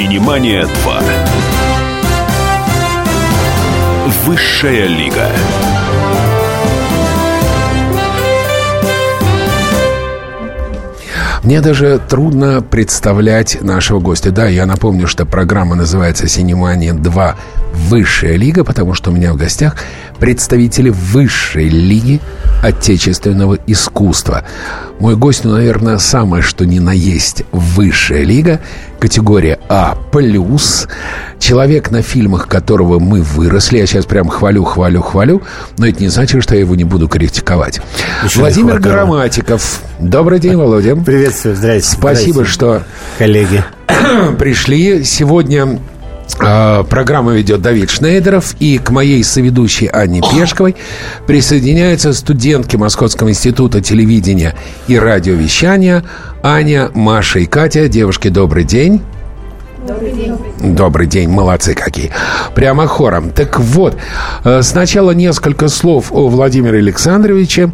«Синемания 2». Высшая лига. Мне даже трудно представлять нашего гостя. Да, я напомню, что программа называется «Синемания 2. Высшая лига», потому что у меня в гостях представители высшей лиги отечественного искусства. Мой гость, наверное, самое что ни на есть высшая лига, категория А+. Человек, на фильмах которого мы выросли. Я сейчас прям хвалю, но это не значит, что я его не буду критиковать. Владимир Грамматиков. Добрый день, Володя. Приветствую, здрасте. Спасибо, что коллеги пришли. Сегодня программу ведет Давид Шнейдеров, и к моей соведущей Анне Пешковой присоединяются студентки Московского института телевидения и радиовещания Аня, Маша и Катя. Девушки, добрый день. Добрый день. Добрый день, молодцы какие. Прямо хором. Так вот, сначала несколько слов о Владимире Александровиче.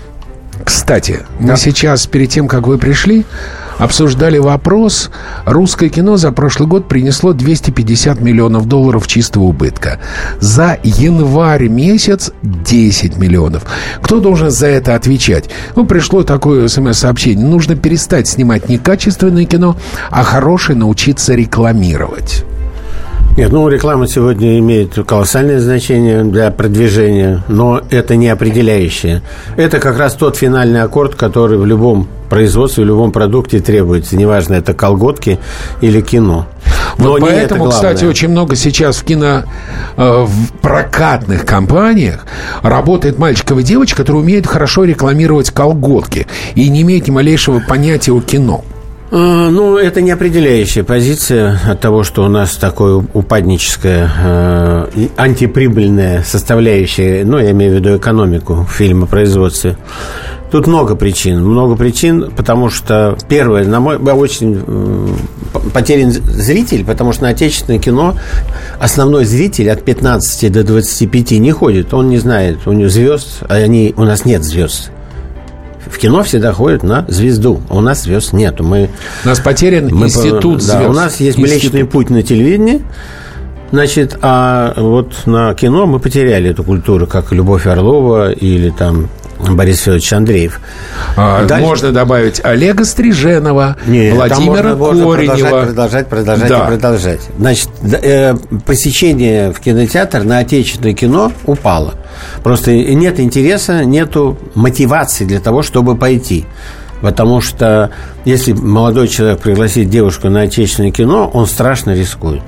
Кстати, мы сейчас, перед тем, как вы пришли, обсуждали вопрос. Русское кино за прошлый год принесло $250 миллионов чистого убытка. За январь месяц 10 миллионов. Кто должен за это отвечать? Ну, пришло такое СМС-сообщение. Нужно перестать снимать некачественное кино, а хорошее научиться рекламировать. Нет, реклама сегодня имеет колоссальное значение для продвижения, но это не определяющее. Это как раз тот финальный аккорд, который в любом производстве, в любом продукте требуется. Неважно, это колготки или кино. Но вот поэтому, кстати, очень много сейчас в прокатных компаниях работает мальчик и девочка, которые умеют хорошо рекламировать колготки и не имеют ни малейшего понятия о кино. Это не определяющая позиция от того, что у нас такое упадническое, антиприбыльная составляющая, я имею в виду экономику в фильмопроизводстве. Тут много причин, потому что, первое, на мой очень потерян зритель, потому что на отечественное кино основной зритель от 15 до 25 не ходит, он не знает, у него звезд, у нас нет звезд. В кино всегда ходят на звезду, а у нас звезд нету. У нас потерян институт звезд. У нас есть Млечный Путь на телевидении, а вот на кино мы потеряли эту культуру, как Любовь Орлова или там Борис Федорович Андреев. Можно добавить Олега Стриженова, Владимира Коренева. Продолжать. Значит, посещение в кинотеатр на отечественное кино упало. Просто нет интереса, нету мотивации для того, чтобы пойти. Потому что если молодой человек пригласит девушку на отечественное кино, он страшно рискует.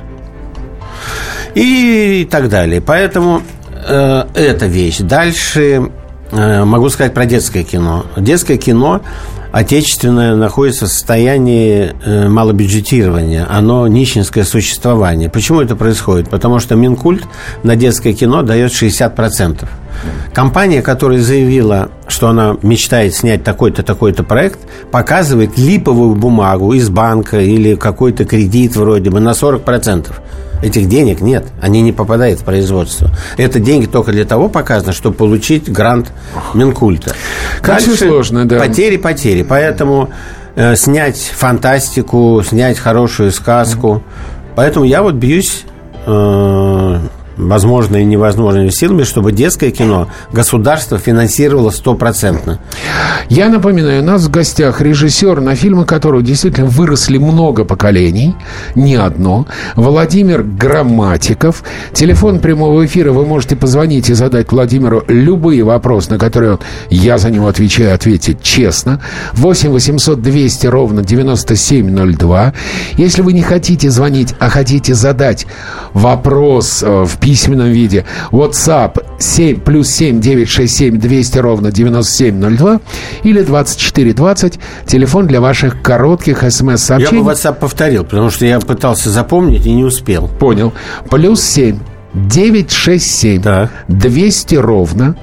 И так далее. Поэтому эта вещь. Дальше могу сказать про детское кино. Детское кино отечественное находится в состоянии малобюджетирования. Оно нищенское существование. Почему это происходит? Потому что Минкульт на детское кино дает 60%. Компания, которая заявила, что она мечтает снять такой-то, такой-то проект, показывает липовую бумагу из банка или какой-то кредит вроде бы на 40%. Этих денег нет, они не попадают в производство. Это деньги только для того показано, чтобы получить грант Минкульта. Как все сложно, да. Потери. Поэтому снять фантастику, снять хорошую сказку. Поэтому я бьюсь возможными и невозможными силами, чтобы детское кино государство финансировало 100%. Я напоминаю, у нас в гостях режиссер, на фильмы которого действительно выросли много поколений, не одно, Владимир Грамматиков. Телефон прямого эфира, вы можете позвонить и задать Владимиру любые вопросы, на которые я за него отвечаю, ответить честно. 8 800 200 ровно 9702. Если вы не хотите звонить, а хотите задать вопрос в письменном виде, WhatsApp 7+7 967 200 ровно 9702 или 2420, телефон для ваших коротких смс-сообщений. Я бы WhatsApp повторил, потому что я пытался запомнить и не успел. Понял. +7 967 200 ровно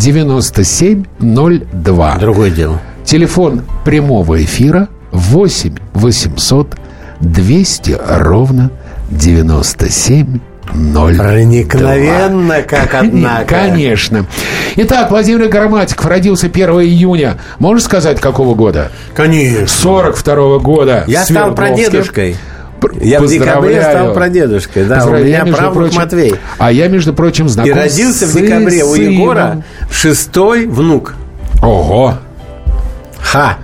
9702. Другое дело. Телефон прямого эфира 8 800 200 ровно 9702. Проникновенно, как однако. Конечно. Итак, Владимир Грамматиков родился 1 июня. Можешь сказать, какого года? Конечно. 42-го года. Я стал прадедушкой. Я в декабре стал прадедушкой. Да, у меня правнук Матвей. А я, между прочим, знаком и родился в декабре у Егора 6-й внук. Ого! Ха!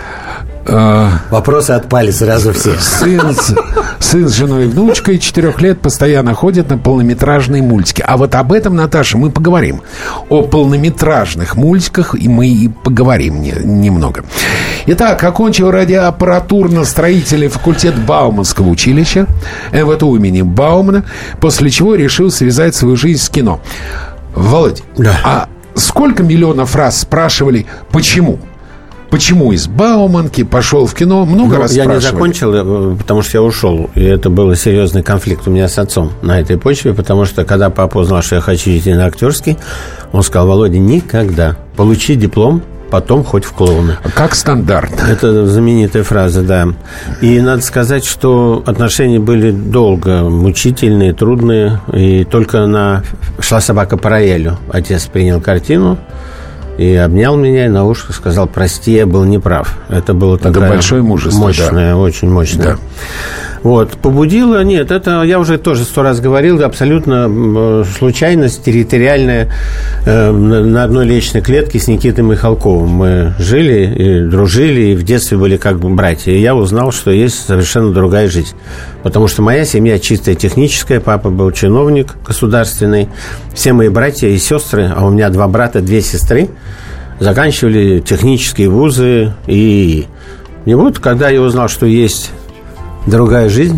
Вопросы отпали сразу все. Сын с женой и внучкой 4 лет постоянно ходят на полнометражные мультики. А вот об этом, Наташа, мы поговорим. О полнометражных мультиках и мы и поговорим немного. Итак, окончил радиоаппаратурно-строительный факультет Бауманского училища МВТУ имени Баумана, после чего решил связать свою жизнь с кино. Володь, да. А сколько миллионов раз спрашивали, почему? Почему из Бауманки пошел в кино? Много раз спрашивали. Я не закончил, потому что я ушел. И это был серьезный конфликт у меня с отцом на этой почве, потому что, когда папа узнал, что я хочу идти на актерский, он сказал: Володя, никогда. Получи диплом, потом хоть в клоуны. Как стандарт. Это знаменитая фраза, да. И надо сказать, что отношения были долго мучительные, трудные. И только «Шла собака по роялю» отец принял картину и обнял меня и на ушко сказал: прости, я был неправ. Это было такое большое мужество, мощное, да. Очень мощное. Да. Вот, побудило, нет, это я уже тоже 100 раз говорил, абсолютно случайность территориальная. На одной лестничной клетке с Никитой Михалковым мы жили и дружили, и в детстве были как бы братья. И я узнал, что есть совершенно другая жизнь. Потому что моя семья чистая техническая, папа был чиновник государственный. Все мои братья и сестры, а у меня 2 брата, 2 сестры, заканчивали технические вузы. И вот, когда я узнал, что есть другая жизнь,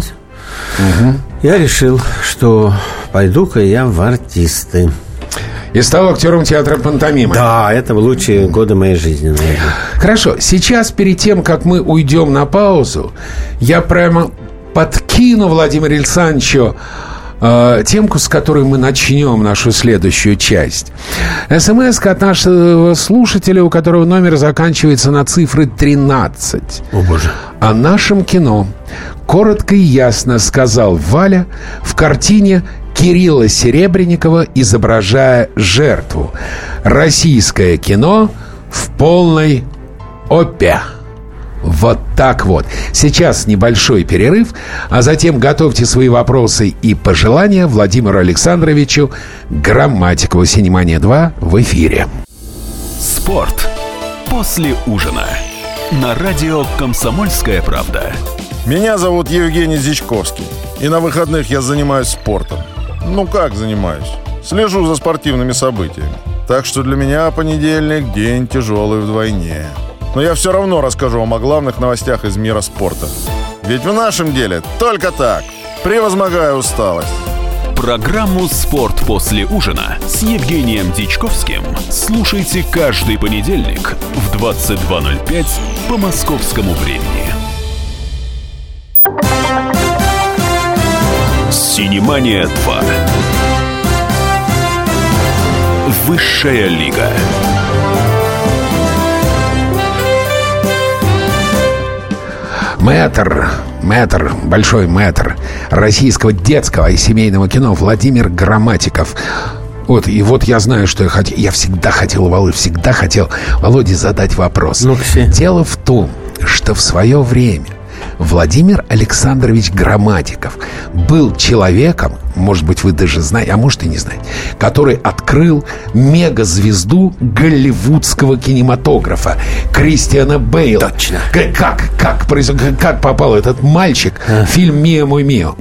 я решил, что пойду-ка я в артисты. И стал актером театра пантомимы. Да, это лучшие годы моей жизни, наверное. Хорошо, сейчас, перед тем, как мы уйдем на паузу, я прямо подкину Владимиру Александровичу темку, с которой мы начнем нашу следующую часть. СМС-ка от нашего слушателя, у которого номер заканчивается на цифры 13. О, Боже. О нашем кино коротко и ясно сказал Валя в картине Кирилла Серебренникова, изображая жертву. Российское кино в полной опе. Вот так вот. Сейчас небольшой перерыв, а затем готовьте свои вопросы и пожелания Владимиру Александровичу Грамматикову. «Синемания-2» в эфире. Спорт после ужина. На радио «Комсомольская правда». Меня зовут Евгений Зичковский. И на выходных я занимаюсь спортом. Ну как занимаюсь? Слежу за спортивными событиями. Так что для меня понедельник – день тяжелый вдвойне. Но я все равно расскажу вам о главных новостях из мира спорта. Ведь в нашем деле только так, превозмогая усталость. Программу «Спорт после ужина» с Евгением Дичковским слушайте каждый понедельник в 22:05 по московскому времени. «Синемания-2». Высшая лига. Мэтр, большой мэтр российского детского и семейного кино Владимир Грамматиков. Вот я знаю, что я хотел. Я всегда хотел Володе задать вопрос. Дело в том, что в свое время Владимир Александрович Грамматиков был человеком, может быть, вы даже знаете, а может и не знаете, который открыл мегазвезду голливудского кинематографа Кристиана Бейла. Точно. Как попал этот мальчик в фильм «Мио, мой Мио»?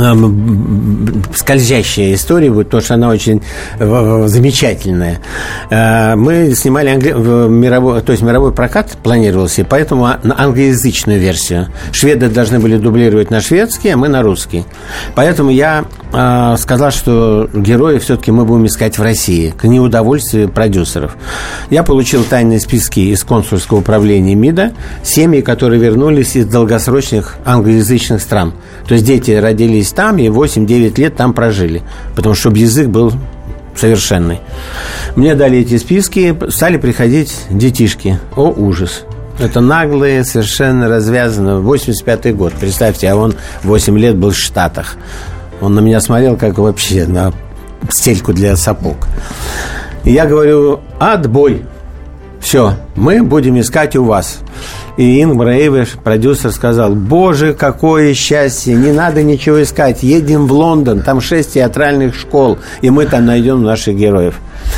Скользящая история будет, потому что она очень замечательная. Мы снимали мировой прокат планировался, и поэтому на англоязычную версию. Шведы должны были дублировать на шведский, а мы на русский. Поэтому я сказал, что героев все-таки мы будем искать в России, к неудовольствию продюсеров. Я получил тайные списки из консульского управления МИДа, семьи, которые вернулись из долгосрочных англоязычных стран. То есть дети родились там и 8-9 лет там прожили, потому что чтобы язык был совершенный. Мне дали эти списки, стали приходить детишки. О, ужас! Это наглые, совершенно развязанные. 85-й год, представьте, а он 8 лет был в Штатах. Он на меня смотрел, как вообще на стельку для сапог. И я говорю: отбой. Все, мы будем искать у вас. И Ингмар Эйвиш, продюсер, сказал: «Боже, какое счастье, не надо ничего искать, едем в Лондон, там 6 театральных школ, и мы там найдем наших героев».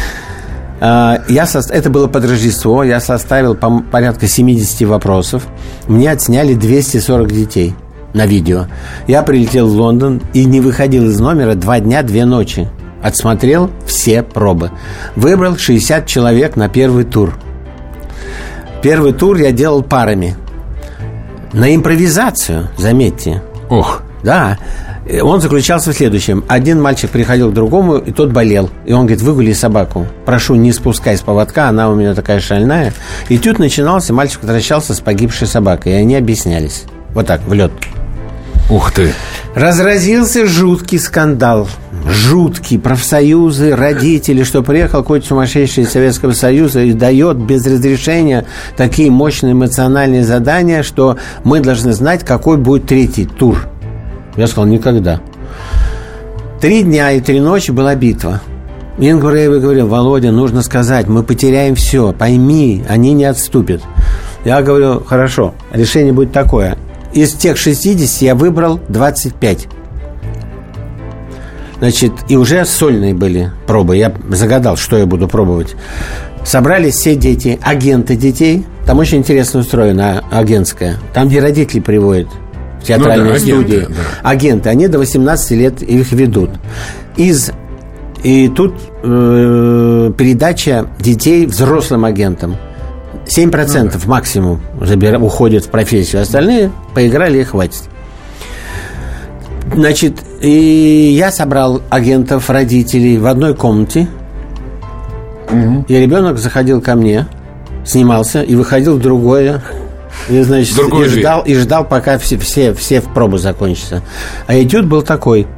Это было под Рождество, я составил порядка 70 вопросов. Мне отсняли 240 детей на видео. Я прилетел в Лондон и не выходил из номера 2 дня, 2 ночи. Отсмотрел все пробы. Выбрал 60 человек на первый тур. Первый тур я делал парами. На импровизацию, заметьте. Ох. Да. Он заключался в следующем. Один мальчик приходил к другому, и тот болел. И он говорит: выгули собаку. Прошу, не спускай с поводка, она у меня такая шальная. И тут начинался, мальчик возвращался с погибшей собакой. И они объяснялись. Вот так, в лед. Ух ты. Разразился жуткий скандал. Жуткий. Профсоюзы, родители, что приехал какой-то сумасшедший из Советского Союза и дает без разрешения такие мощные эмоциональные задания, что мы должны знать, какой будет 3-й тур. Я сказал: никогда. 3 дня и 3 ночи была битва. Ингмар Эйвиш говорил: Володя, нужно сказать, мы потеряем все, пойми, они не отступят. Я говорю: хорошо, решение будет такое. Из тех 60 я выбрал 25. Значит, и уже сольные были пробы. Я загадал, что я буду пробовать. Собрались все дети, агенты детей. Там очень интересно устроено, агентское. Там, где родители приводят в театральные студии. Агенты, да. Агенты, они до 18 лет их ведут. И тут передача детей взрослым агентам. 7% максимум уходят в профессию. Остальные поиграли и хватит. Значит, и я собрал агентов, родителей в одной комнате. И ребенок заходил ко мне, снимался и выходил в другое. И, значит, и ждал, пока все в пробу закончатся. А этюд был такой.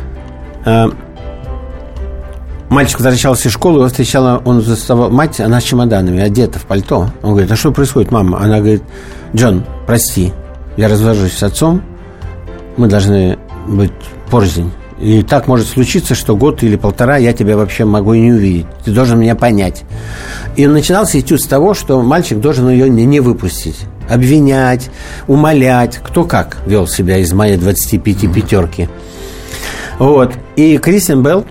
Мальчик возвращался из школы, его встречала, он заставал мать, она с чемоданами, одета в пальто. Он говорит: а что происходит, мама? Она говорит: Джон, прости, я развожусь с отцом, мы должны быть порознь. И так может случиться, что год или 1,5 я тебя вообще могу и не увидеть. Ты должен меня понять. И начинался этюд с того, что мальчик должен ее не выпустить. Обвинять, умолять. Кто как вел себя из моей 25 пятерки. Вот. И Кристиан Белл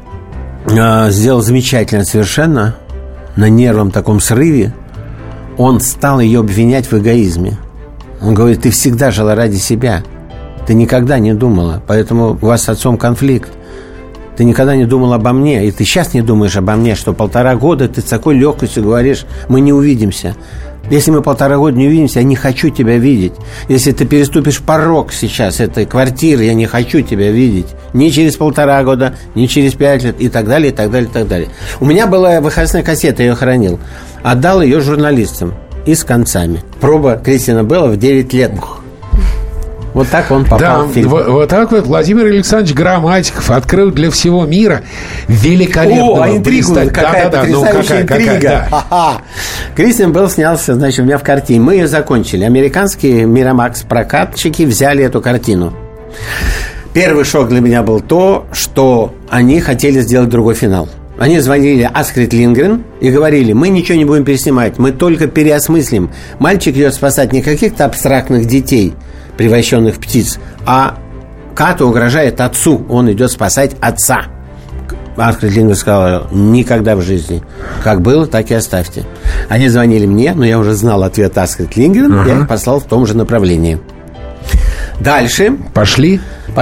сделал замечательно совершенно. На нервном таком срыве он стал ее обвинять в эгоизме. Он говорит: ты всегда жила ради себя. Ты никогда не думала. Поэтому у вас с отцом конфликт. Ты никогда не думала обо мне. И ты сейчас не думаешь обо мне, что 1,5 года ты с такой легкостью говоришь: мы не увидимся. Если мы 1,5 года не увидимся, я не хочу тебя видеть. Если ты переступишь порог сейчас этой квартиры, я не хочу тебя видеть. Ни через 1,5 года, ни через 5 лет, и так далее, и так далее, и так далее. У меня была выходная кассета, я ее хранил. Отдал ее журналистам и с концами. Проба Кристиана Белла в 9 лет. Вот так он попал в фильм. Вот так вот Владимир Александрович Грамматиков открыл для всего мира великолепного интрига, какая потрясающая интрига. Да. Кристиан Белл снялся, значит, у меня в картине. Мы ее закончили. Американские Miramax прокатчики взяли эту картину. Первый шок для меня был то, что они хотели сделать другой финал. Они звонили Астрид Линдгрен и говорили: мы ничего не будем переснимать, мы только переосмыслим. Мальчик идет спасать не каких-то абстрактных детей, превращенных в птиц, а Като угрожает отцу, он идет спасать отца. Астрид Линдгрен сказала: никогда в жизни. Как было, так и оставьте. Они звонили мне, но я уже знал ответ Астрид Линдгрен, я их послал в том же направлении. Дальше. Пошли.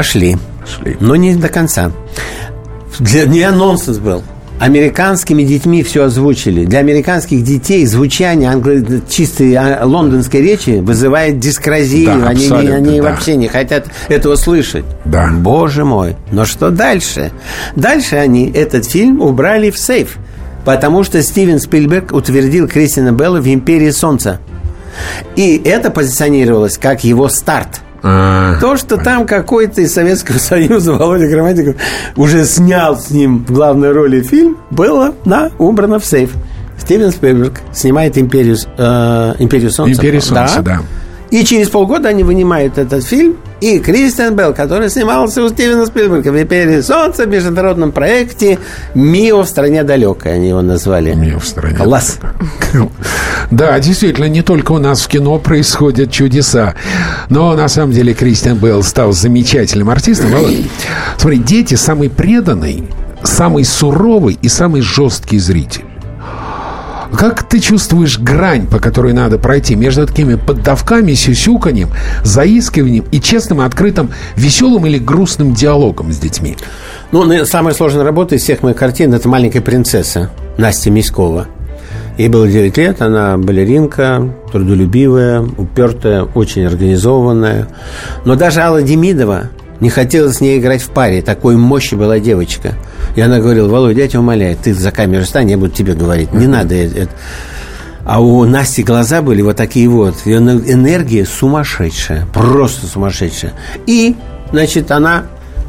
Но не до конца. Для меня нонсенс был. Американскими детьми все озвучили. Для американских детей звучание чистой лондонской речи вызывает дискразию. Да, они вообще не хотят этого слышать. Да. Боже мой. Но что дальше? Дальше они этот фильм убрали в сейф. Потому что Стивен Спилберг утвердил Кристиана Белла в «Империи солнца». И это позиционировалось как его старт. То, что там какой-то из Советского Союза Володя Грамматиков уже снял с ним в главной роли фильм, было убрано в сейф. Стивен Спилберг снимает «Империю солнца». «Империю солнца», да. И через полгода они вынимают этот фильм, и Кристиан Белл, который снимался у Стивена Спилберга в «Империи солнца», в международном проекте «Мио в стране далекой», они его назвали. «Мио в стране Класс. далекой». Да, действительно, не только у нас в кино происходят чудеса, но на самом деле Кристиан Белл стал замечательным артистом. Смотри, дети — самый преданный, самый суровый и самый жесткий зритель. Как ты чувствуешь грань, по которой надо пройти между такими поддавками, сюсюканьем, заискиванием и честным, открытым, веселым или грустным диалогом с детьми? Ну, самая сложная работа из всех моих картин – это «Маленькая принцесса» Настя Миськова. Ей было 9 лет, она балеринка, трудолюбивая, упертая, очень организованная. Но даже Алла Демидова не хотела с ней играть в паре. Такой мощи была девочка. И она говорила: Володя, я тебя умоляю, ты за камеру стань, я буду тебе говорить. Не надо это. А у Насти глаза были вот такие вот. Ее энергия сумасшедшая. Просто сумасшедшая. И, значит, она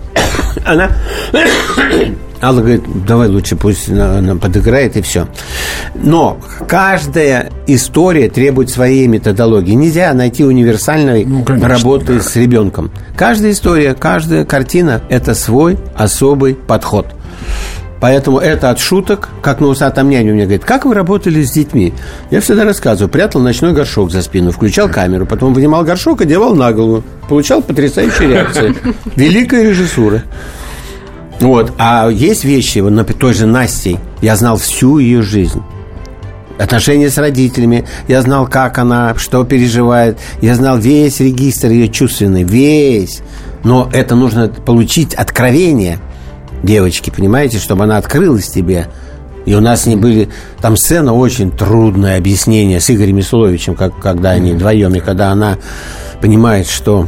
Алла говорит: давай лучше пусть она подыграет, и все. Но каждая история требует своей методологии. Нельзя найти универсальной работы с ребенком. Каждая история, каждая картина – это свой особый подход. Поэтому это от шуток, как на усатом няне у меня говорит: как вы работали с детьми? Я всегда рассказываю: прятал ночной горшок за спину, включал камеру, потом вынимал горшок, одевал на голову, получал потрясающие реакции. Великая режиссура. Вот. А есть вещи, вот на той же Насте, я знал всю ее жизнь. Отношения с родителями, я знал, как она, что переживает, я знал весь регистр ее чувственный, весь. Но это нужно получить откровение девочки, понимаете, чтобы она открылась тебе. И у нас с ней были там сцена очень трудное объяснение с Игорем Исуловичем, когда они вдвоем, и когда она понимает, что...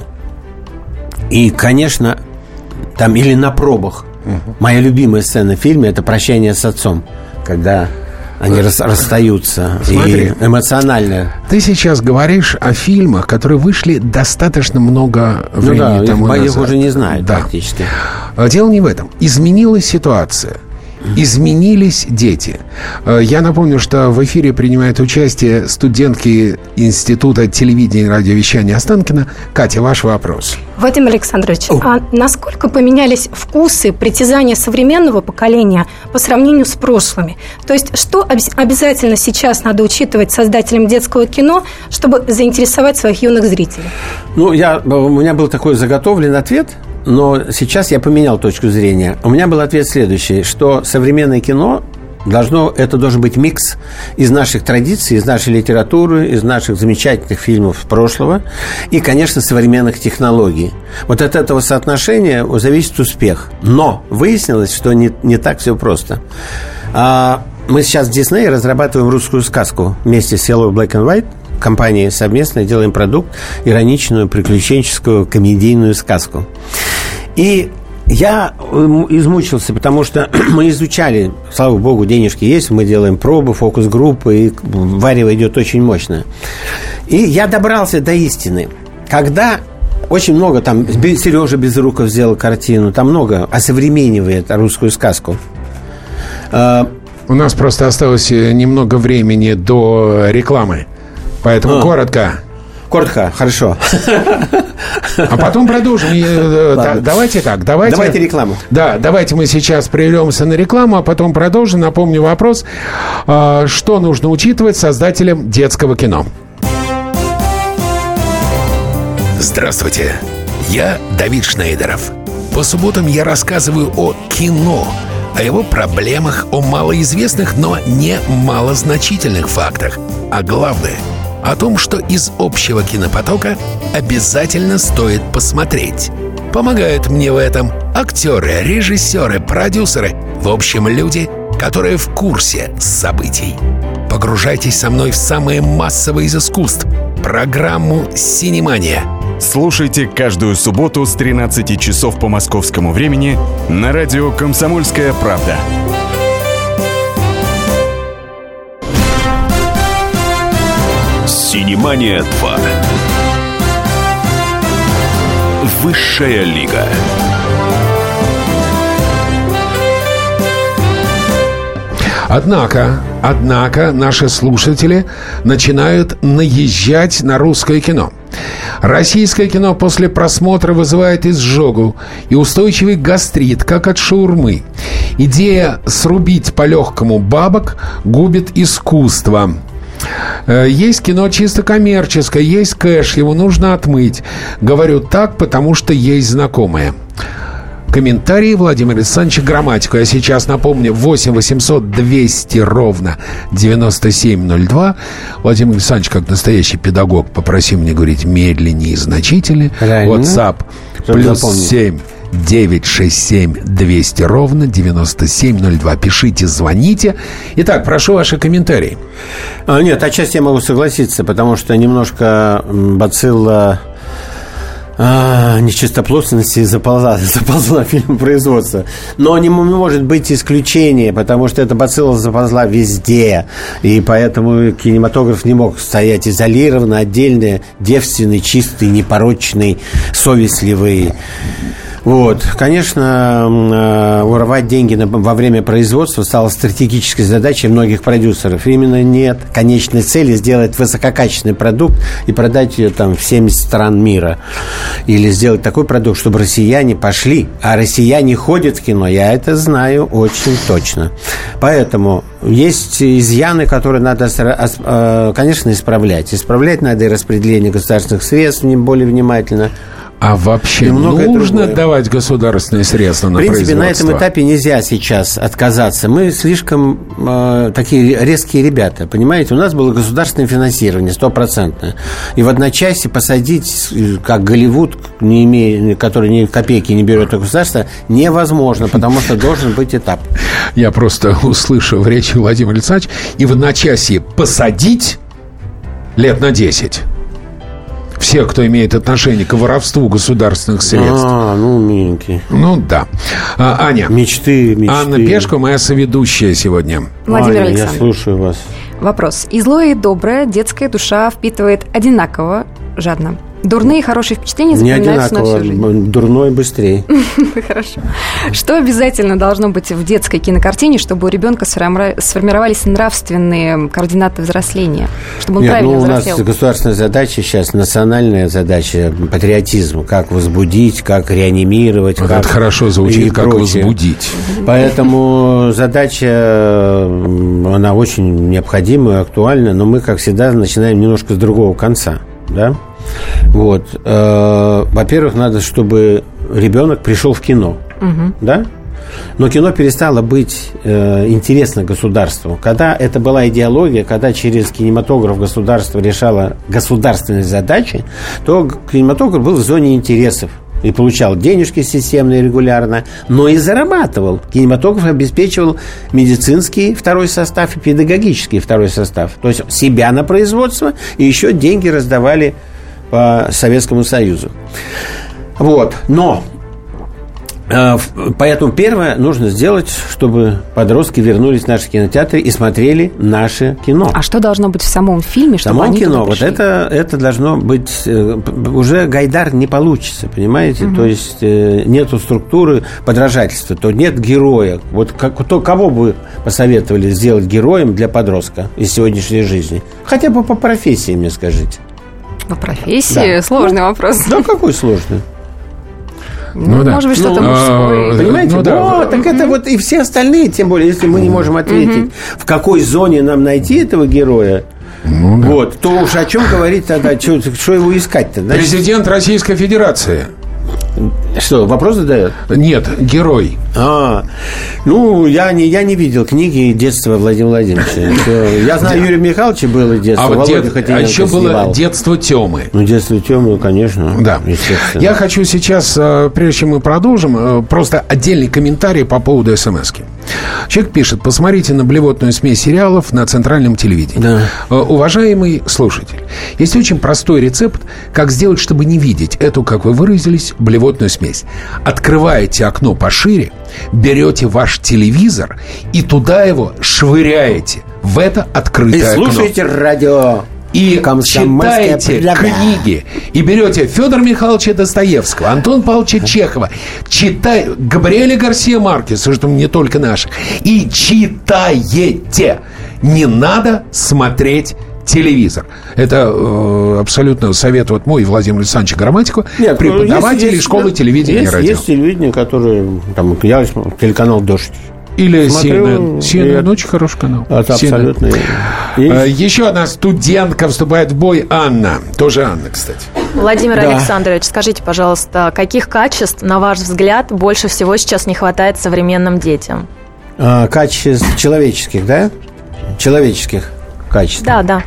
И, конечно, там или на пробах. Моя любимая сцена в фильме – это «Прощание с отцом», когда они расстаются. Смотри, и эмоционально. Ты сейчас говоришь о фильмах, которые вышли достаточно много времени тому назад. Их уже не знают практически. Дело не в этом. Изменилась ситуация. Изменились дети. Я напомню, что в эфире принимает участие студентки Института телевидения и радиовещания Останкино. Катя, ваш вопрос. Вадим Александрович, а насколько поменялись вкусы, притязания современного поколения по сравнению с прошлыми? То есть, что обязательно сейчас надо учитывать создателям детского кино, чтобы заинтересовать своих юных зрителей? Ну, у меня был такой заготовленный ответ, но сейчас я поменял точку зрения. У меня был ответ следующий, что современное кино это должен быть микс из наших традиций, из нашей литературы, из наших замечательных фильмов прошлого и, конечно, современных технологий. Вот от этого соотношения зависит успех. Но выяснилось, что не так все просто. Мы сейчас в Disney разрабатываем русскую сказку вместе с Yellow Black and White. Компанией совместно делаем продукт, ироничную, приключенческую, комедийную сказку. И я измучился, потому что мы изучали, слава богу, денежки есть, мы делаем пробы, фокус-группы, и варево идет очень мощно. И я добрался до истины. Когда очень много, там, Сережа Безруков сделал картину, там много осовременивает русскую сказку. У нас просто осталось немного времени до рекламы. Поэтому коротко. Коротко, хорошо. А потом продолжим. Давайте так. Давайте рекламу. Да, давайте мы сейчас прервемся на рекламу, а потом продолжим. Напомню вопрос. Что нужно учитывать создателям детского кино? Здравствуйте. Я Давид Шнейдеров. По субботам я рассказываю о кино, о его проблемах, о малоизвестных, но не малозначительных фактах. А главное — о том, что из общего кинопотока обязательно стоит посмотреть. Помогают мне в этом актеры, режиссеры, продюсеры, в общем, люди, которые в курсе событий. Погружайтесь со мной в самое массовое из искусств — программу «Синемания». Слушайте каждую субботу с 13 часов по московскому времени на радио «Комсомольская правда». «Синемания 2». Высшая лига. Однако наши слушатели начинают наезжать на русское кино. Российское кино после просмотра вызывает изжогу и устойчивый гастрит, как от шаурмы. Идея срубить по-легкому бабок губит искусство. Есть кино чисто коммерческое, есть кэш, его нужно отмыть. Говорю так, потому что есть знакомые. Комментарии Владимира Александровича Грамматику. Я сейчас напомню, 8 800 200 ровно 9702. Владимир Александрович, как настоящий педагог, попроси мне говорить медленнее и значительнее. WhatsApp +7 967 200 ровно 9702. Пишите, звоните. Итак, прошу ваши комментарии. Нет, отчасти я могу согласиться, потому что немножко бацилла нечистоплотности заползла в фильмопроизводство. Но не может быть исключение, потому что эта бацилла заползла везде. И поэтому кинематограф не мог стоять изолированно, отдельно, девственный, чистый, непорочный, совестливый. Вот. Конечно, урвать деньги во время производства стало стратегической задачей многих продюсеров. Именно нет конечной цели сделать высококачественный продукт и продать ее там в 70 стран мира. Или сделать такой продукт, чтобы россияне пошли. А россияне ходят в кино, я это знаю очень точно. Поэтому есть изъяны, которые надо, конечно, исправлять. Исправлять надо и распределение государственных средств более внимательно. А вообще нужно давать государственные средства на производство? В принципе, на этом этапе нельзя сейчас отказаться. Мы слишком такие резкие ребята, понимаете? У нас было государственное финансирование, 100%. И в одночасье посадить, как Голливуд, который ни копейки не берет от государства, невозможно, потому что должен быть этап. Я просто услышу в речи Владимира Александровича, и в одночасье посадить лет на 10. Всех, кто имеет отношение к воровству государственных средств. Миленький. Да. Аня. Мечты. Анна Пешко, моя соведущая сегодня. Владимир Александрович. Я слушаю вас. Вопрос. И злое, и доброе детская душа впитывает одинаково жадно. Дурные и хорошие впечатления запоминаются на всю жизнь. Дурной быстрее. Хорошо. Что обязательно должно быть в детской кинокартине, чтобы у ребенка сформировались нравственные координаты взросления? Чтобы он правильно взрослел? У нас государственная задача сейчас, национальная задача, патриотизм. Как возбудить, как реанимировать. Вот это хорошо звучит, как возбудить. Поэтому задача, она очень необходима и актуальна, но мы, как всегда, начинаем немножко с другого конца. Да? Вот. Во-первых, надо, чтобы ребенок пришел в кино. Да? Но кино перестало быть интересно государству. Когда это была идеология, когда через кинематограф государство решало государственные задачи, то кинематограф был в зоне интересов. И получал денежки системно и регулярно, но и зарабатывал. Кинематограф обеспечивал медицинский второй состав и педагогический второй состав. То есть себя на производство, и еще деньги раздавали по Советскому Союзу. Вот. Но поэтому первое нужно сделать, чтобы подростки вернулись в наши кинотеатры и смотрели наше кино. А что должно быть в самом фильме, чтобы они кино, туда пришли? Вот это должно быть... Уже Гайдар не получится, понимаете? То есть нету структуры подражательства, то нет героя. Вот кого бы посоветовали сделать героем для подростка из сегодняшней жизни? Хотя бы по профессии, мне скажите. По профессии? Да. Сложный вопрос. Да, какой сложный? Может быть, что-то мужское. Понимаете? Так это вот и все остальные, тем более, если мы не можем ответить, в какой зоне нам найти этого героя, вот, то уж о чем говорить тогда, что его искать-то? Президент Российской Федерации. Что, вопрос задает? Нет, герой. Я не видел книги детства Владимира Владимировича. Я знаю, Юрия Михайловича было детство. А еще было детство Темы. Детство Темы, конечно. Да. Я хочу сейчас, прежде чем мы продолжим, просто отдельный комментарий по поводу СМС-ки. Человек пишет: посмотрите на блевотную смесь сериалов на центральном телевидении. Да. Уважаемый слушатель, есть очень простой рецепт, как сделать, чтобы не видеть эту, как вы выразились, блевотную смесь. Открываете окно пошире, берете ваш телевизор и туда его швыряете в это открытое окно. И слушайте радио. И читаете книги. И берете Федора Михайловича Достоевского, Антона Павловича Чехова, Габриэля Гарсия Маркеса, что не только наших. И читаете. Не надо смотреть телевизор. Это абсолютно совет вот мой и Владимира Александровича Грамматику, преподавателей школы телевидения и радио. Есть телевидение, которое, там, я телеканал «Дождь». Или CNN, очень хороший канал. Это абсолютно. Еще одна студентка вступает в бой, Анна. Тоже Анна, кстати. Владимир Александрович, скажите, пожалуйста, каких качеств, на ваш взгляд, больше всего сейчас не хватает современным детям? Качеств человеческих, да? Человеческих качеств. Да.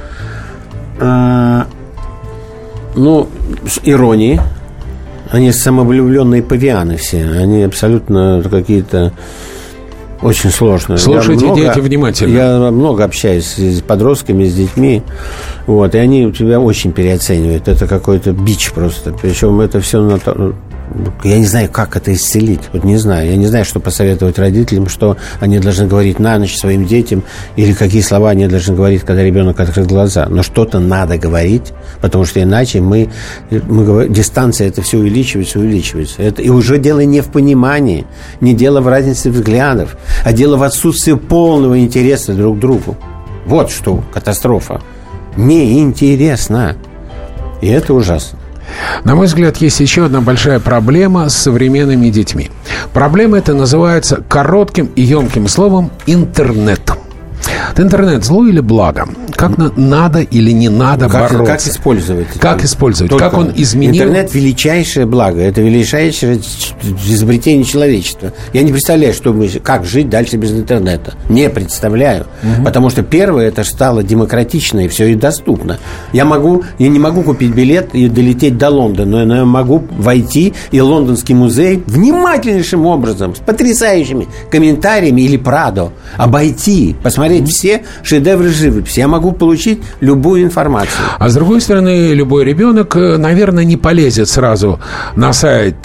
Иронии. Они самовлюбленные павианы все. Они абсолютно какие-то очень сложные. Слушайте, дети, внимательно. Я много общаюсь с подростками, с детьми. Вот, и они тебя очень переоценивают. Это какой-то бич просто. Причем это все... Я не знаю, как это исцелить. Вот не знаю. Я не знаю, что посоветовать родителям, что они должны говорить на ночь своим детям, или какие слова они должны говорить, когда ребенок открыл глаза. Но что-то надо говорить, потому что иначе мы дистанция это все увеличивается. Это, и уже дело не в понимании, не дело в разнице взглядов, а дело в отсутствии полного интереса друг к другу. Вот что катастрофа. Неинтересно. И это ужасно. На мой взгляд, есть еще одна большая проблема с современными детьми. Проблема эта называется коротким и емким словом «интернет». Интернет – зло или благо? Как надо или не надо бороться? Как использовать? Как использовать? Только как он изменил? Интернет – величайшее благо. Это величайшее изобретение человечества. Я не представляю, как жить дальше без интернета. Не представляю. Потому что первое – это стало демократично и все и доступно. Я не могу купить билет и долететь до Лондона, но я могу войти и Лондонский музей внимательнейшим образом, с потрясающими комментариями или Прадо обойти, посмотреть все шедевры живописи. Я могу получить любую информацию. А с другой стороны, любой ребенок, наверное, не полезет сразу на сайт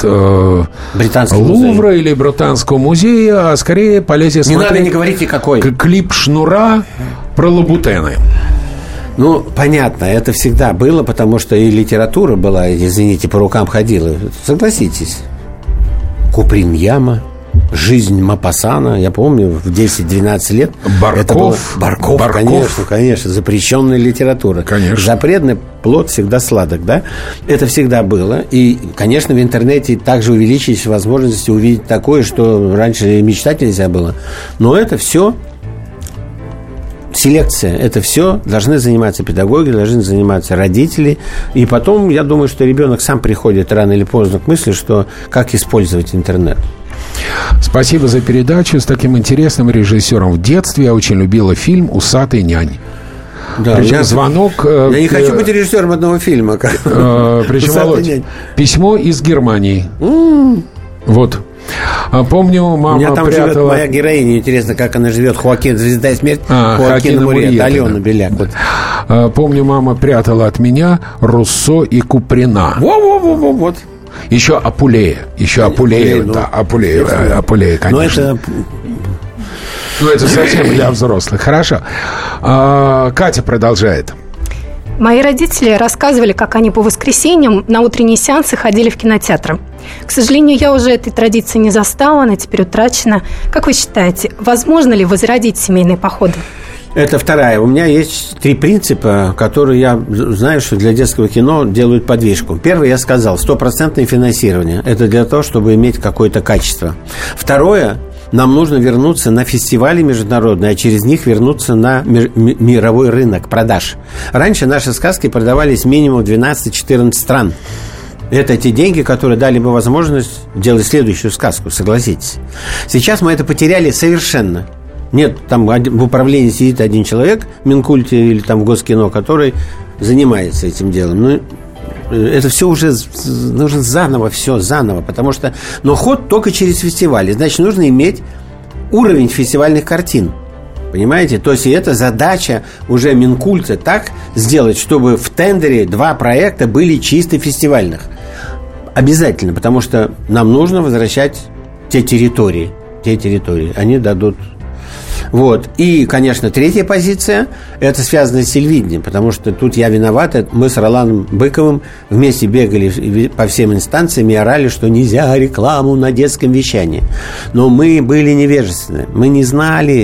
Лувра или Британского музея, а скорее полезет смотреть... Не надо, не говорите, какой. Клип Шнура про лабутены. Ну, понятно, это всегда было, потому что и литература была, извините, по рукам ходила. Согласитесь. Куприн-Яма, «Жизнь Мопассана», я помню, в 10-12 лет. Барков. Конечно, запрещенная литература. Конечно. Запретный плод всегда сладок, да? Это всегда было. И, конечно, в интернете также увеличились возможности увидеть такое, что раньше и мечтать нельзя было. Но это все селекция. Это все должны заниматься педагоги, должны заниматься родители. И потом, я думаю, что ребенок сам приходит рано или поздно к мысли, что как использовать интернет. Спасибо за передачу с таким интересным режиссером. В детстве я очень любила фильм «Усатый нянь». Да, причем звонок... Я не хочу быть режиссером одного фильма. Причем, Володь, письмо из Германии. Вот. Помню, мама прятала... У меня там живет моя героиня. Интересно, как она живет. Хоакин, «Звезда и смерть». Хоакина Мурьета. Алена Беляк. Вот. Помню, мама прятала от меня Руссо и Куприна. Вот. Еще Апулея. Апулея, конечно. Но это совсем для взрослых. Хорошо. Катя продолжает. Мои родители рассказывали, как они по воскресеньям на утренние сеансы ходили в кинотеатр. К сожалению, я уже этой традиции не застала, она теперь утрачена. Как вы считаете, возможно ли возродить семейные походы? Это вторая. У меня есть 3 принципа, которые я знаю, что для детского кино делают подвижку. Первый, я сказал, 100% финансирование. Это для того, чтобы иметь какое-то качество. Второе, нам нужно вернуться на фестивали международные, а через них вернуться на мировой рынок продаж. Раньше наши сказки продавались минимум в 12-14 стран. Это те деньги, которые дали бы возможность делать следующую сказку, согласитесь. Сейчас мы это потеряли совершенно. Нет, там в управлении сидит один человек в Минкульте или там в Госкино, который занимается этим делом. Но это все уже нужно заново, потому что... Но ход только через фестивали. Значит, нужно иметь уровень фестивальных картин. Понимаете? То есть, это задача уже Минкульта так сделать, чтобы в тендере 2 проекта были чисто фестивальных. Обязательно, потому что нам нужно возвращать те территории. Они дадут... Вот. И, конечно, 3-я позиция – это связано с телевидением, потому что тут я виноват. Мы с Роланом Быковым вместе бегали по всем инстанциям и орали, что нельзя рекламу на детском вещании. Но мы были невежественны. Мы не знали,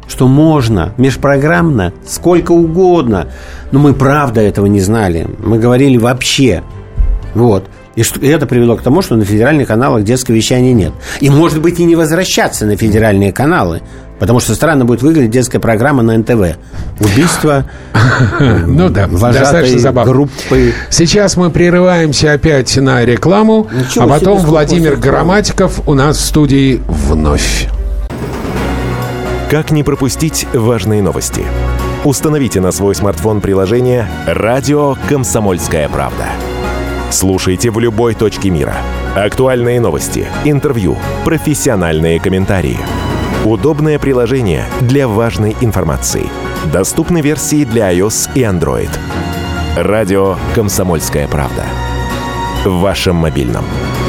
что можно межпрограммно сколько угодно. Но мы правда этого не знали. Мы говорили вообще. Вот. И это привело к тому, что на федеральных каналах детского вещания нет. И, может быть, и не возвращаться на федеральные каналы. Потому что странно будет выглядеть детская программа на НТВ. Убийство вожатой группы. Сейчас мы прерываемся опять на рекламу. А потом Владимир Грамматиков у нас в студии вновь. Как не пропустить важные новости? Установите на свой смартфон приложение «Радио Комсомольская правда». Слушайте в любой точке мира. Актуальные новости, интервью, профессиональные комментарии. Удобное приложение для важной информации. Доступны версии для iOS и Android. «Радио Комсомольская правда». В вашем мобильном.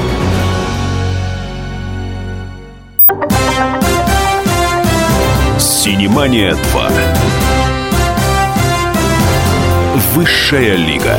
«Синемания 2». Высшая лига.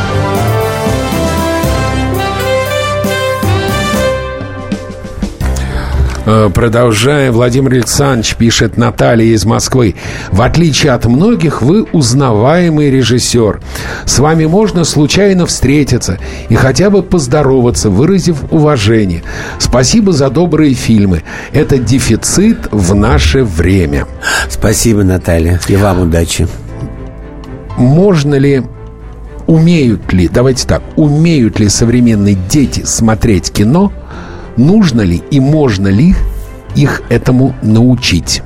Продолжая, Владимир Александрович пишет Наталья из Москвы. В отличие от многих, вы узнаваемый режиссер. С вами можно случайно встретиться и хотя бы поздороваться, выразив уважение. Спасибо за добрые фильмы. Это дефицит в наше время. Спасибо, Наталья. И вам удачи. Можно ли, умеют ли современные дети смотреть кино? Нужно ли и можно ли их этому научить?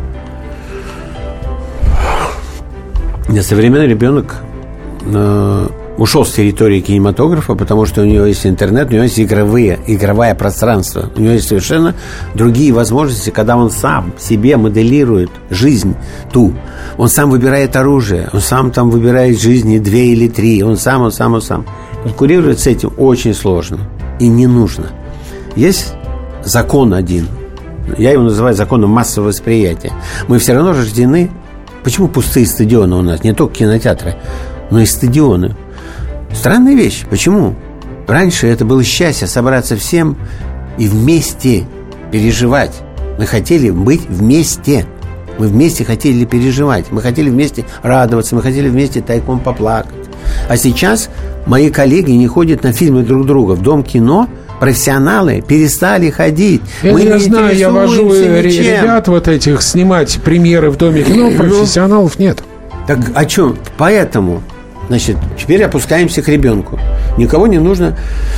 Современный ребенок ушел с территории кинематографа, потому что у него есть интернет, у него есть игровое пространство. У него есть совершенно другие возможности, когда он сам себе моделирует жизнь ту. Он сам выбирает оружие, он сам там выбирает жизни 2 или 3. Он сам. Конкурировать с этим очень сложно и не нужно. Есть закон один. Я его называю законом массового восприятия. Мы все равно рождены. Почему пустые стадионы у нас? Не только кинотеатры, но и стадионы. Странная вещь. Почему? Раньше это было счастье собраться всем и вместе переживать. Мы хотели быть вместе. Мы вместе хотели переживать. Мы хотели вместе радоваться. Мы хотели вместе тайком поплакать. А сейчас мои коллеги не ходят на фильмы друг друга. В Дом кино профессионалы перестали ходить. Я знаю, я вожу ребят вот этих снимать премьеры в Доме кино, профессионалов нет. Так о чем? Поэтому, значит, теперь опускаемся к ребенку. Никого не нужно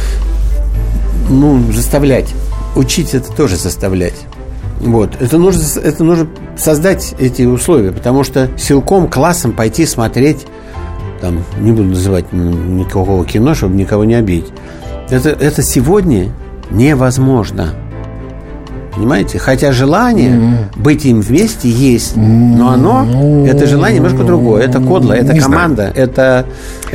заставлять. Учить это тоже заставлять. Вот. Это нужно создать эти условия, потому что силком, классом пойти смотреть, там, не буду называть никакого кино, чтобы никого не обидеть. Это сегодня невозможно. Понимаете? Хотя желание быть им вместе есть, но это желание немножко другое. Это кодло, это команда, это...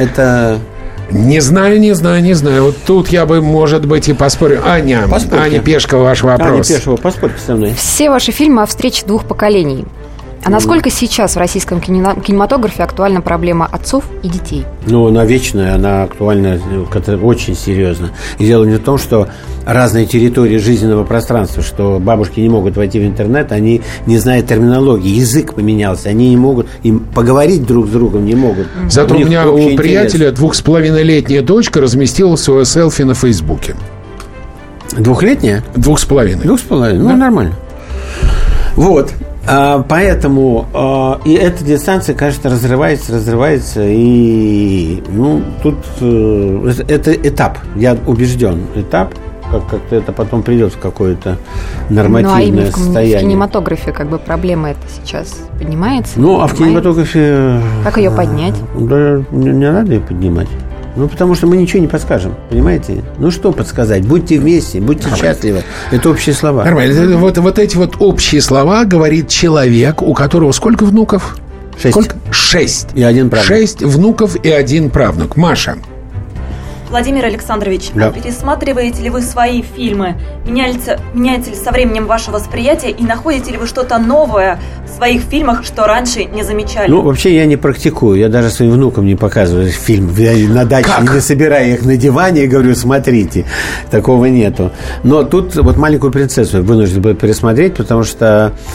Не знаю. Вот тут я бы, может быть, и поспорил. Аня Пешкова, ваш вопрос. Аня Пешкова, поспорьте со мной. Все ваши фильмы о встрече двух поколений. А насколько сейчас в российском кинематографе актуальна проблема отцов и детей? Она вечная, она актуальна, очень серьезно. И дело не в том, что разные территории жизненного пространства, что бабушки не могут войти в интернет, они не знают терминологии, язык поменялся, они не могут, им поговорить друг с другом не могут. Зато у меня у приятеля 2,5-летняя дочка разместила свое селфи на Фейсбуке. 2-летняя? 2,5. 2,5, нормально. Вот. Поэтому и эта дистанция, конечно, разрывается, и тут это этап, я убежден, как-то это потом придет в какое-то нормативное состояние. В кинематографе проблема эта сейчас поднимается? А в кинематографе... Как ее поднять? Да, не надо ее поднимать. Потому что мы ничего не подскажем, понимаете? Что подсказать? Будьте вместе, будьте счастливы. Это общие слова. Нормально. Вот эти общие слова говорит человек, у которого сколько внуков? 6. 6. И 1 правнук. 6 внуков и 1 правнук. Маша. Владимир Александрович, пересматриваете ли вы свои фильмы? Меняется ли со временем ваше восприятие? И находите ли вы что-то новое в своих фильмах, что раньше не замечали? Вообще я не практикую. Я даже своим внукам не показываю фильм. Я на даче не собираю их на диване и говорю, смотрите. Такого нету. Но тут «Маленькую принцессу» вынужден был пересмотреть, потому что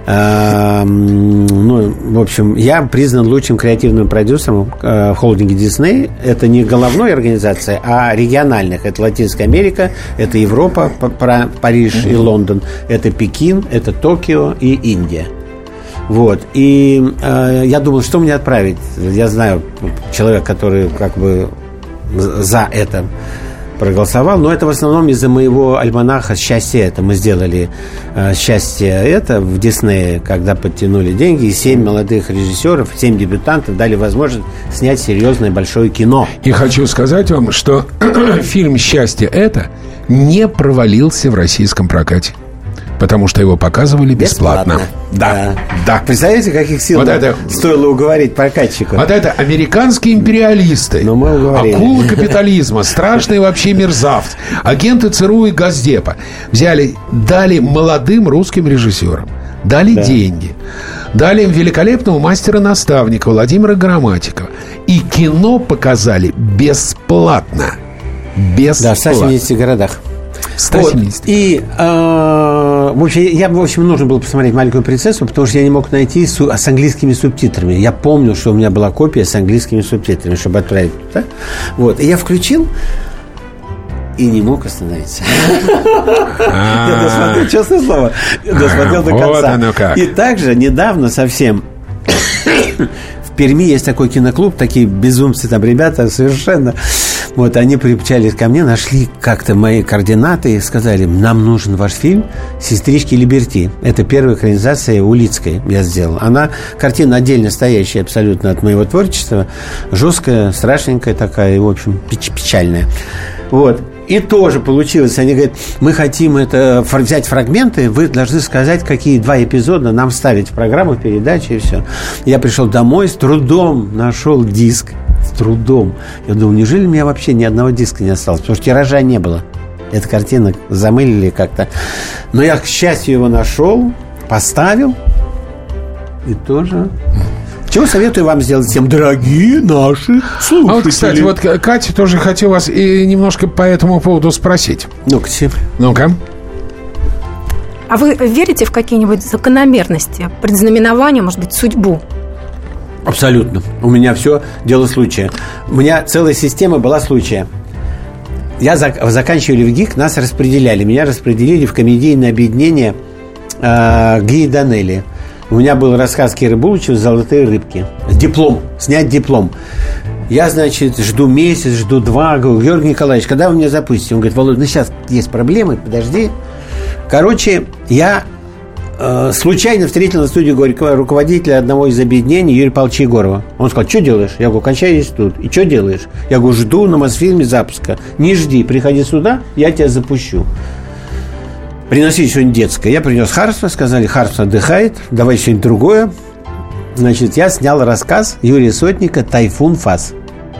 Ну, в общем, я признан лучшим креативным продюсером в холдинге Disney. Это не головной организации, а региональных. Это Латинская Америка, это Европа, Париж и Лондон, это Пекин, это Токио и Индия. Вот. И я думал, что мне отправить. Я знаю человека, который как бы за это проголосовал, но это в основном из-за моего альманаха «Счастье это». Мы сделали «Счастье это» в Диснее, когда подтянули деньги, и 7 молодых режиссеров, 7 дебютантов дали возможность снять серьезное большое кино. И хочу сказать вам, что фильм «Счастье это» не провалился в российском прокате. Потому что его показывали бесплатно. Да. Представляете, каких сил вот это стоило уговорить прокатчика? Вот это американские империалисты, акулы капитализма, страшные вообще мерзавцы, агенты ЦРУ и Госдепа взяли, дали молодым русским режиссерам, дали деньги, дали им великолепного мастера-наставника Владимира Грамматикова. И кино показали бесплатно. Да, в 170 городах. Вот. И в общем, нужно было посмотреть «Маленькую принцессу», потому что я не мог найти с английскими субтитрами. Я помню, что у меня была копия с английскими субтитрами, чтобы отправить туда. Вот. И я включил и не мог остановиться. Я досмотрел, честное слово, досмотрел до конца. И также недавно совсем в Перми есть такой киноклуб, такие безумцы там ребята совершенно. Вот они примчались ко мне, нашли как-то мои координаты и сказали: нам нужен ваш фильм «Сестрички Либерти». Это первая экранизация Улицкой я сделал. Она, картина отдельно стоящая абсолютно от моего творчества, жесткая, страшненькая такая и, в общем, печальная. Вот. И тоже получилось. Они говорят: мы хотим это взять фрагменты, вы должны сказать, какие 2 эпизода нам вставить в программу, в передачу, и все. Я пришел домой, с трудом нашел диск. С трудом. Я думал, неужели у меня вообще ни одного диска не осталось? Потому что тиража не было. Эта картина замылили как-то. Но я, к счастью, его нашел, поставил. И тоже... Чего советую вам сделать всем, дорогие наши слушатели? А вот, кстати, вот Катя тоже хотел вас и немножко по этому поводу спросить. Ну-ка. А вы верите в какие-нибудь закономерности, предзнаменования, может быть, судьбу? Абсолютно. У меня все дело случая. У меня целая система была случая. Заканчивали в ГИК, нас распределяли. Меня распределили в комедийное объединение Гии Данелли. У меня был рассказ Киры Булычева «Золотые рыбки». Диплом. Снять диплом. Я, значит, жду месяц, жду 2. Говорю: Георгий Николаевич, когда вы меня запустите? Он говорит: Володя, ну сейчас есть проблемы, подожди. Короче, я случайно встретил на студии руководителя одного из объединений Юрия Павловича Егорова. Он сказал: что делаешь? Я говорю: кончай институт. И что делаешь? Я говорю: жду на Мосфильме запуска. Не жди, приходи сюда, я тебя запущу. Приносите что-нибудь детское. Я принес Хармса, сказали: Хармс отдыхает, давай что-нибудь другое. Значит, я снял рассказ Юрия Сотника «Тайфун Фас».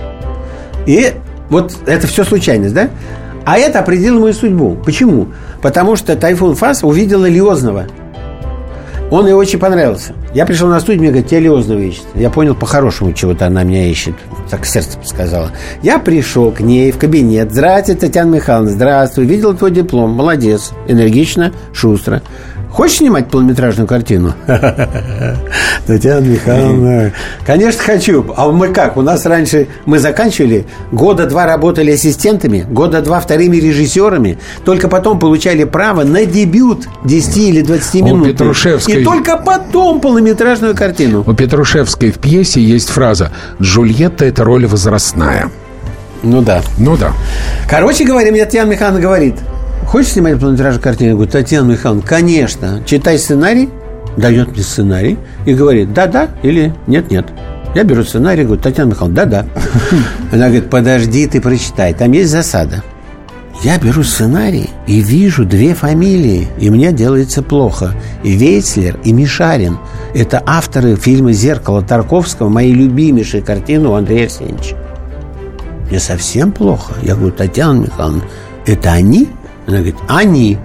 И вот это все случайность, да? А это определило мою судьбу. Почему? Потому что «Тайфун Фас» увидел Лиозного. Он ей очень понравился. Я пришел на студию, мне говорят: тебя Лиознова ищет. Я понял, по-хорошему чего-то она меня ищет. Так сердце подсказало. Я пришел к ней в кабинет. Здравствуйте, Татьяна Михайловна, здравствуй. Видел твой диплом, молодец, энергично, шустро. Хочешь снимать полнометражную картину? Татьяна Михайловна. Конечно, хочу. А мы как? У нас раньше мы заканчивали, 2 года работали ассистентами, 2 года вторыми режиссерами, только потом получали право на дебют 10 или 20 минут. И только потом полнометражную картину. У Петрушевской в пьесе есть фраза: «Джульетта – это роль возрастная». Ну да. Короче говоря, мне Татьяна Михайловна говорит: хочешь снимать полнометражную картину? Я говорю: Татьяна Михайловна, конечно. Читай сценарий, дает мне сценарий и говорит: да-да или нет-нет. Я беру сценарий, говорю: Татьяна Михайловна, да-да. Она говорит: подожди, ты прочитай, там есть засада. Я беру сценарий и вижу 2 фамилии, и мне делается плохо. И Вейцлер, и Мишарин. Это авторы фильма «Зеркало» Тарковского, моей любимейшей картины у Андрея Арсеньевича. Мне совсем плохо. Я говорю: Татьяна Михайловна, это они? Она говорит: они.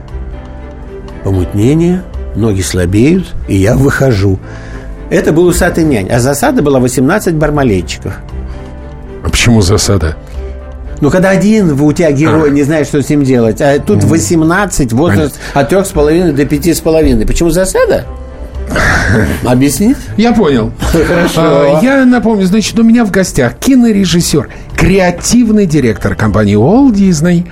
Помутнение, ноги слабеют, и я выхожу. Это был «Усатый нянь». А засада была 18 бармалейчиков. А почему засада? Ну, когда один у тебя герой не знает, что с ним делать, а тут 18, возраст от 3,5 до 5,5. Почему засада? Объяснить? Я понял. Хорошо. Я напомню, значит, у меня в гостях кинорежиссер, креативный директор компании Walt Disney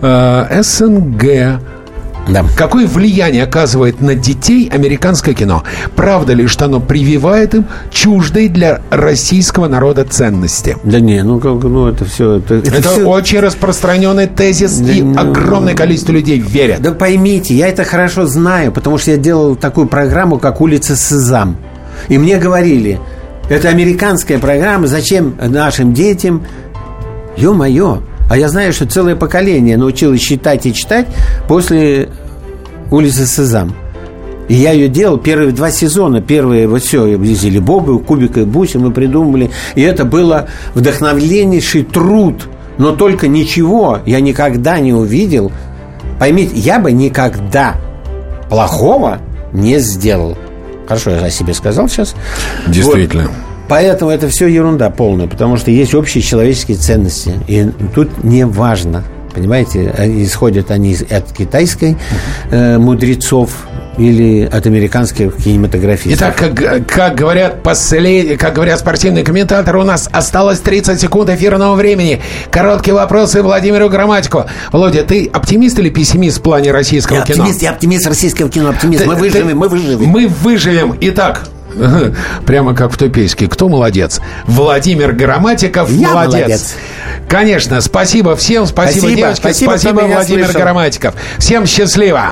СНГ. Да. Какое влияние оказывает на детей американское кино? Правда ли, что оно прививает им чуждые для российского народа ценности? Да не, это все... Это все... очень распространенный тезис, да, и огромное количество людей верят. Да поймите, я это хорошо знаю, потому что я делал такую программу, как «Улица Сезам». И мне говорили, это американская программа, зачем нашим детям? Ё-моё! А я знаю, что целое поколение научилось считать и читать после «Улицы Сезам». И я ее делал первые 2 сезона. Первые вот все, ездили Бобы, Кубика и Буси, мы придумывали. И это было вдохновеннейший труд. Но только ничего я никогда не увидел. Поймите, я бы никогда плохого не сделал. Хорошо, я о себе сказал сейчас. Действительно. Вот. Поэтому это все ерунда полная, потому что есть общие человеческие ценности. И тут не важно, понимаете, исходят они от китайской мудрецов или от американских кинематографистов. Итак, как говорят спортивные комментаторы, у нас осталось 30 секунд эфирного времени. Короткие вопросы Владимиру Грамматику. Володя, ты оптимист или пессимист в плане российского кино? Я оптимист российского кино, оптимист. Мы выживем. Мы выживем. Итак, прямо как в той песне. Кто молодец? Владимир Грамматиков. Я молодец. Конечно. Спасибо всем. Спасибо девочки. Спасибо Владимир Грамматиков. Всем счастливо.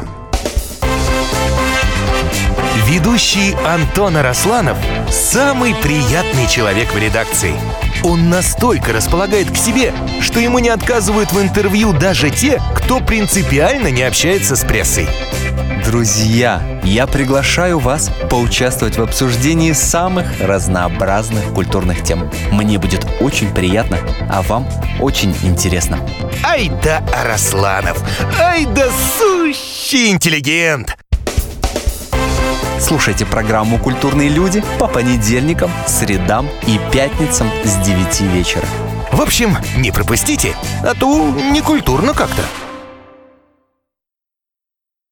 Ведущий Антон Арасланов – самый приятный человек в редакции. Он настолько располагает к себе, что ему не отказывают в интервью даже те, кто принципиально не общается с прессой. Друзья, я приглашаю вас поучаствовать в обсуждении самых разнообразных культурных тем. Мне будет очень приятно, а вам очень интересно. Ай да Арасланов! Ай да сущий интеллигент! Слушайте программу «Культурные люди» по понедельникам, средам и пятницам с 9 вечера. В общем, не пропустите, а то некультурно как-то.